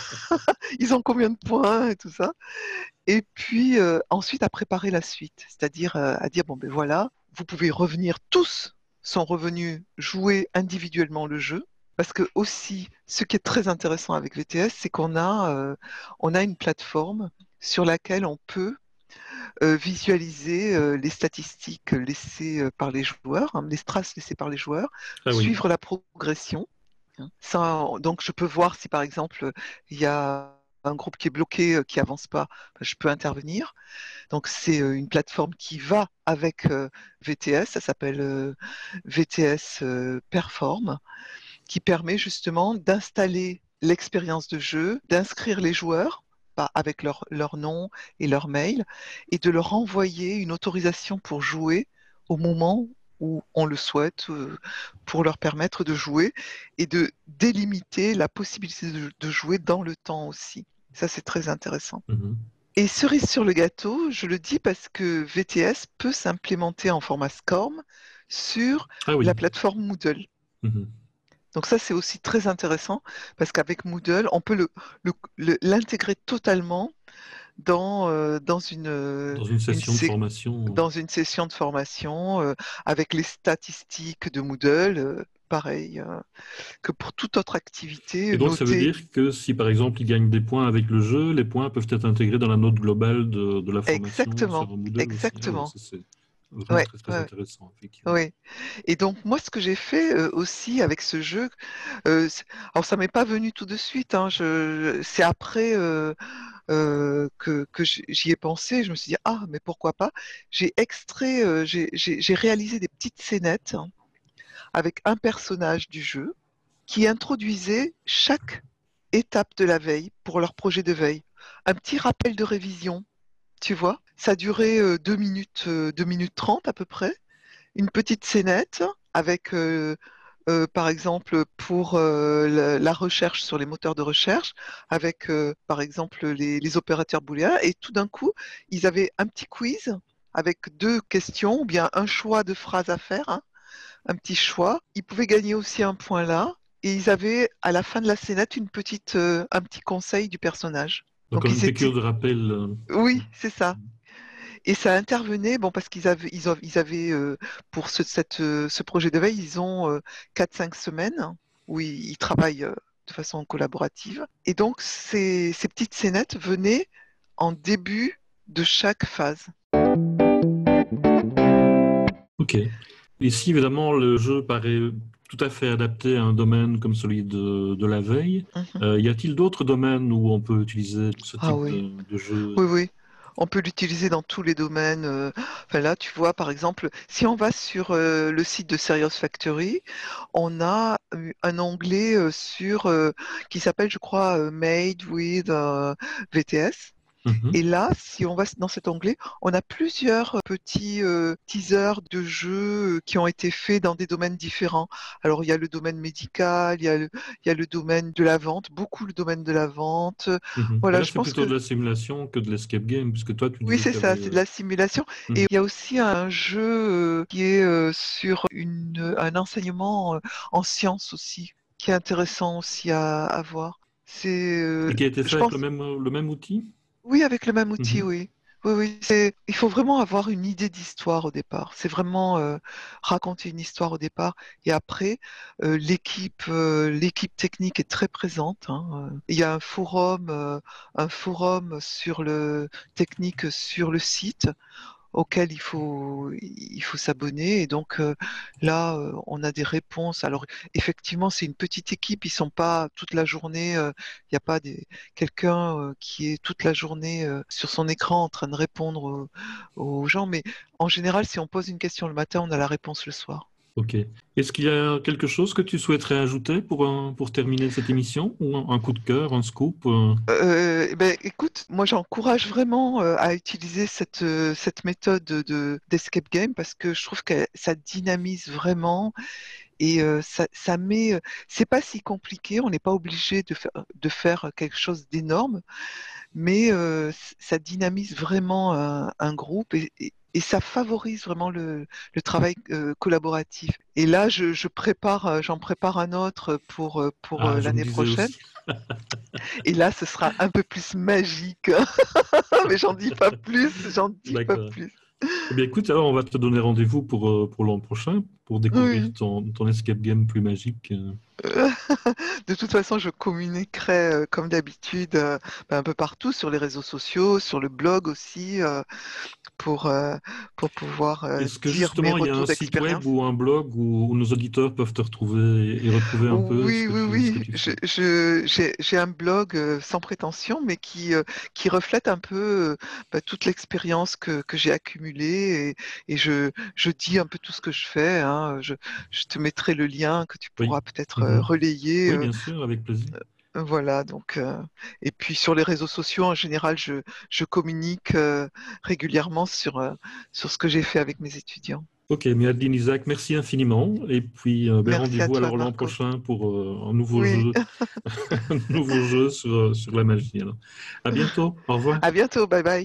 ils ont combien de points et tout ça. Et puis euh, ensuite à préparer la suite, c'est-à-dire euh, à dire bon ben voilà, vous pouvez revenir, tous sont revenus jouer individuellement le jeu. Parce que aussi, ce qui est très intéressant avec V T S, c'est qu'on a, euh, on a une plateforme sur laquelle on peut euh, visualiser euh, les statistiques laissées euh, par les joueurs, hein, les strass laissées par les joueurs, Ah oui. suivre la progression. Hein. Ça, donc je peux voir si par exemple il y a un groupe qui est bloqué, euh, qui avance pas, ben, je peux intervenir. Donc c'est euh, une plateforme qui va avec euh, V T S, ça s'appelle euh, V T S euh, Perform, qui permet justement d'installer l'expérience de jeu, d'inscrire les joueurs avec leur, leur nom et leur mail, et de leur envoyer une autorisation pour jouer au moment où on le souhaite, euh, pour leur permettre de jouer et de délimiter la possibilité de, de jouer dans le temps aussi. Ça, c'est très intéressant. Mhm. Et cerise sur le gâteau, je le dis parce que V T S peut s'implémenter en format SCORM sur Ah la oui. plateforme Moodle. Mhm. Donc ça, c'est aussi très intéressant parce qu'avec Moodle, on peut le, le- le- l'intégrer totalement dans, euh, dans une, euh, Dans une une session de sé- formation. dans une session de formation euh, avec les statistiques de Moodle, euh, pareil euh, que pour toute autre Et activité, donc, ça veut notée dire que si, par exemple, ils gagnent des points avec le jeu, les points peuvent être intégrés dans la note globale de, de la formation exactement, sur un Moodle aussi. Ah oui, exactement. ça c'est vraiment Ouais, très, très ouais, intéressant, effectivement. ouais. Et donc moi, ce que j'ai fait euh, aussi avec ce jeu, euh, c'est- alors ça m'est pas venu tout de suite, hein, je, c'est après euh, euh, que, que j- j'y ai pensé, je me suis dit ah mais pourquoi pas. J'ai extrait, euh, j'ai j'ai- j'ai réalisé des petites scénettes, hein, avec un personnage du jeu qui introduisait chaque étape de la veille pour leur projet de veille. Un petit rappel de révision, tu vois. Ça durait euh, deux minutes, euh, deux minutes trente à peu près. Une petite scénette avec, euh, euh, par exemple, pour euh, la, la recherche sur les moteurs de recherche, avec, euh, par exemple, les, les opérateurs booléens. Et tout d'un coup, ils avaient un petit quiz avec deux questions ou bien un choix de phrase à faire, hein, un petit choix. Ils pouvaient gagner aussi un point là. Et ils avaient, à la fin de la scénette, une petite, euh, un petit conseil du personnage. Donc, Donc, comme une ils piqûre étaient... de rappel. euh, Oui, c'est ça. Et ça intervenait, bon, parce qu'ils avaient, ils, ont- ils avaient euh, pour ce, cette, euh, ce projet de veille, ils ont euh, quatre cinq semaines où ils, ils travaillent euh, de façon collaborative. Et donc, ces, ces petites scénettes venaient en début de chaque phase. Ok. Ici, évidemment, le jeu paraît tout à fait adapté à un domaine comme celui de, de la veille. Mhm. Euh, y a-t-il d'autres domaines où on peut utiliser ce Ah type oui, de, de jeu? oui, oui. On peut l'utiliser dans tous les domaines. euh. Enfin là, tu vois, par exemple, si on va sur euh, le site de Serious Factory, on a eu un onglet euh, sur euh, qui s'appelle, je crois, euh, Made with euh, V T S. Et Mhm. là, si on va dans cet onglet, on a plusieurs petits euh, teasers de jeux euh, qui ont été faits dans des domaines différents. Alors, il y a le domaine médical, il y a le, il y a le domaine de la vente, beaucoup le domaine de la vente. Mhm. Mais Voilà, là, je c'est pense plutôt que de la simulation que de l'escape game, puisque toi, tu oui, disais c'est qu'il y ça, avait... c'est de euh, la simulation. Et mhm. il y a aussi un jeu euh, qui est euh, sur une, un enseignement euh, en sciences aussi, qui est intéressant aussi à, à voir. C'est, euh, Et qui a été je fait avec le pense, même, le même outil? oui, avec le même outil, Mhm. oui. Oui, oui, c'est, il faut vraiment avoir une idée d'histoire au départ. C'est vraiment euh, raconter une histoire au départ. Et après, euh, l'équipe, euh, l'équipe technique est très présente, hein. Euh, Il y a un forum, euh, un forum sur le technique sur le site auquel il faut il faut s'abonner et donc euh, là euh, on a des réponses. Alors effectivement c'est une petite équipe, ils sont pas toute la journée, euh, il n'y a pas des quelqu'un euh, qui est toute la journée euh, sur son écran en train de répondre aux, aux gens, mais en général si on pose une question le matin on a la réponse le soir. Ok. Est-ce qu'il y a quelque chose que tu souhaiterais ajouter pour, un- pour terminer cette émission? Ou un, un coup de cœur, un scoop? euh Euh, eh ben, écoute, moi j'encourage vraiment euh, à utiliser cette, euh, cette méthode de, d'escape game parce que je trouve que ça dynamise vraiment et euh, ça, ça met. euh, C'est pas si compliqué, on n'est pas obligé de faire, de faire quelque chose d'énorme, mais euh, c- ça dynamise vraiment un, un groupe et, et- et ça favorise vraiment le, le travail euh, collaboratif. Et là, je, je prépare, euh, j'en prépare un autre pour, euh, pour Ah, euh, je me l'année disais prochaine. aussi. Et là, ce sera un peu plus magique. Mais j'en dis pas plus, j'en dis pas D'accord. plus. Eh bien, écoute, alors on va te donner rendez-vous pour, euh, pour l'an prochain, pour découvrir Oui. ton, ton escape game plus magique. euh. Euh, De toute façon, je communiquerai euh, comme d'habitude euh, ben, un peu partout sur les réseaux sociaux, sur le blog aussi, euh, pour, euh, pour pouvoir euh, Est-ce que dire mes justement il y a un retours site web d'expérience. ou un blog où, où nos auditeurs peuvent te retrouver et, et retrouver un peu ce Oui, que oui, tu, ce que oui. tu Je, fais? je- j'ai, j'ai un blog euh, sans prétention, mais qui, euh, qui reflète un peu euh, bah, toute l'expérience que, que j'ai accumulée et, et je, je dis un peu tout ce que je fais, hein. Je, je te mettrai le lien que tu Oui. pourras peut-être euh, Mhm. relayer. Oui, euh, bien sûr, avec plaisir. voilà, donc euh, et puis sur les réseaux sociaux en général, je, je communique euh, régulièrement sur, euh, sur ce que j'ai fait avec mes étudiants. Ok, Miadeline Isaac, merci infiniment. Et puis, euh, ben, Merci à rendez-vous toi, alors l'an Marco. prochain pour euh, un nouveau Oui, jeu, un nouveau jeu sur, euh, sur la magie. Alors. À bientôt. Au revoir. à bientôt, bye bye.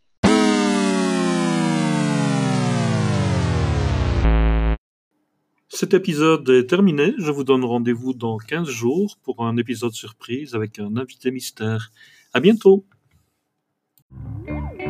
Cet épisode est terminé. Je vous donne rendez-vous dans quinze jours pour un épisode surprise avec un invité mystère. À bientôt.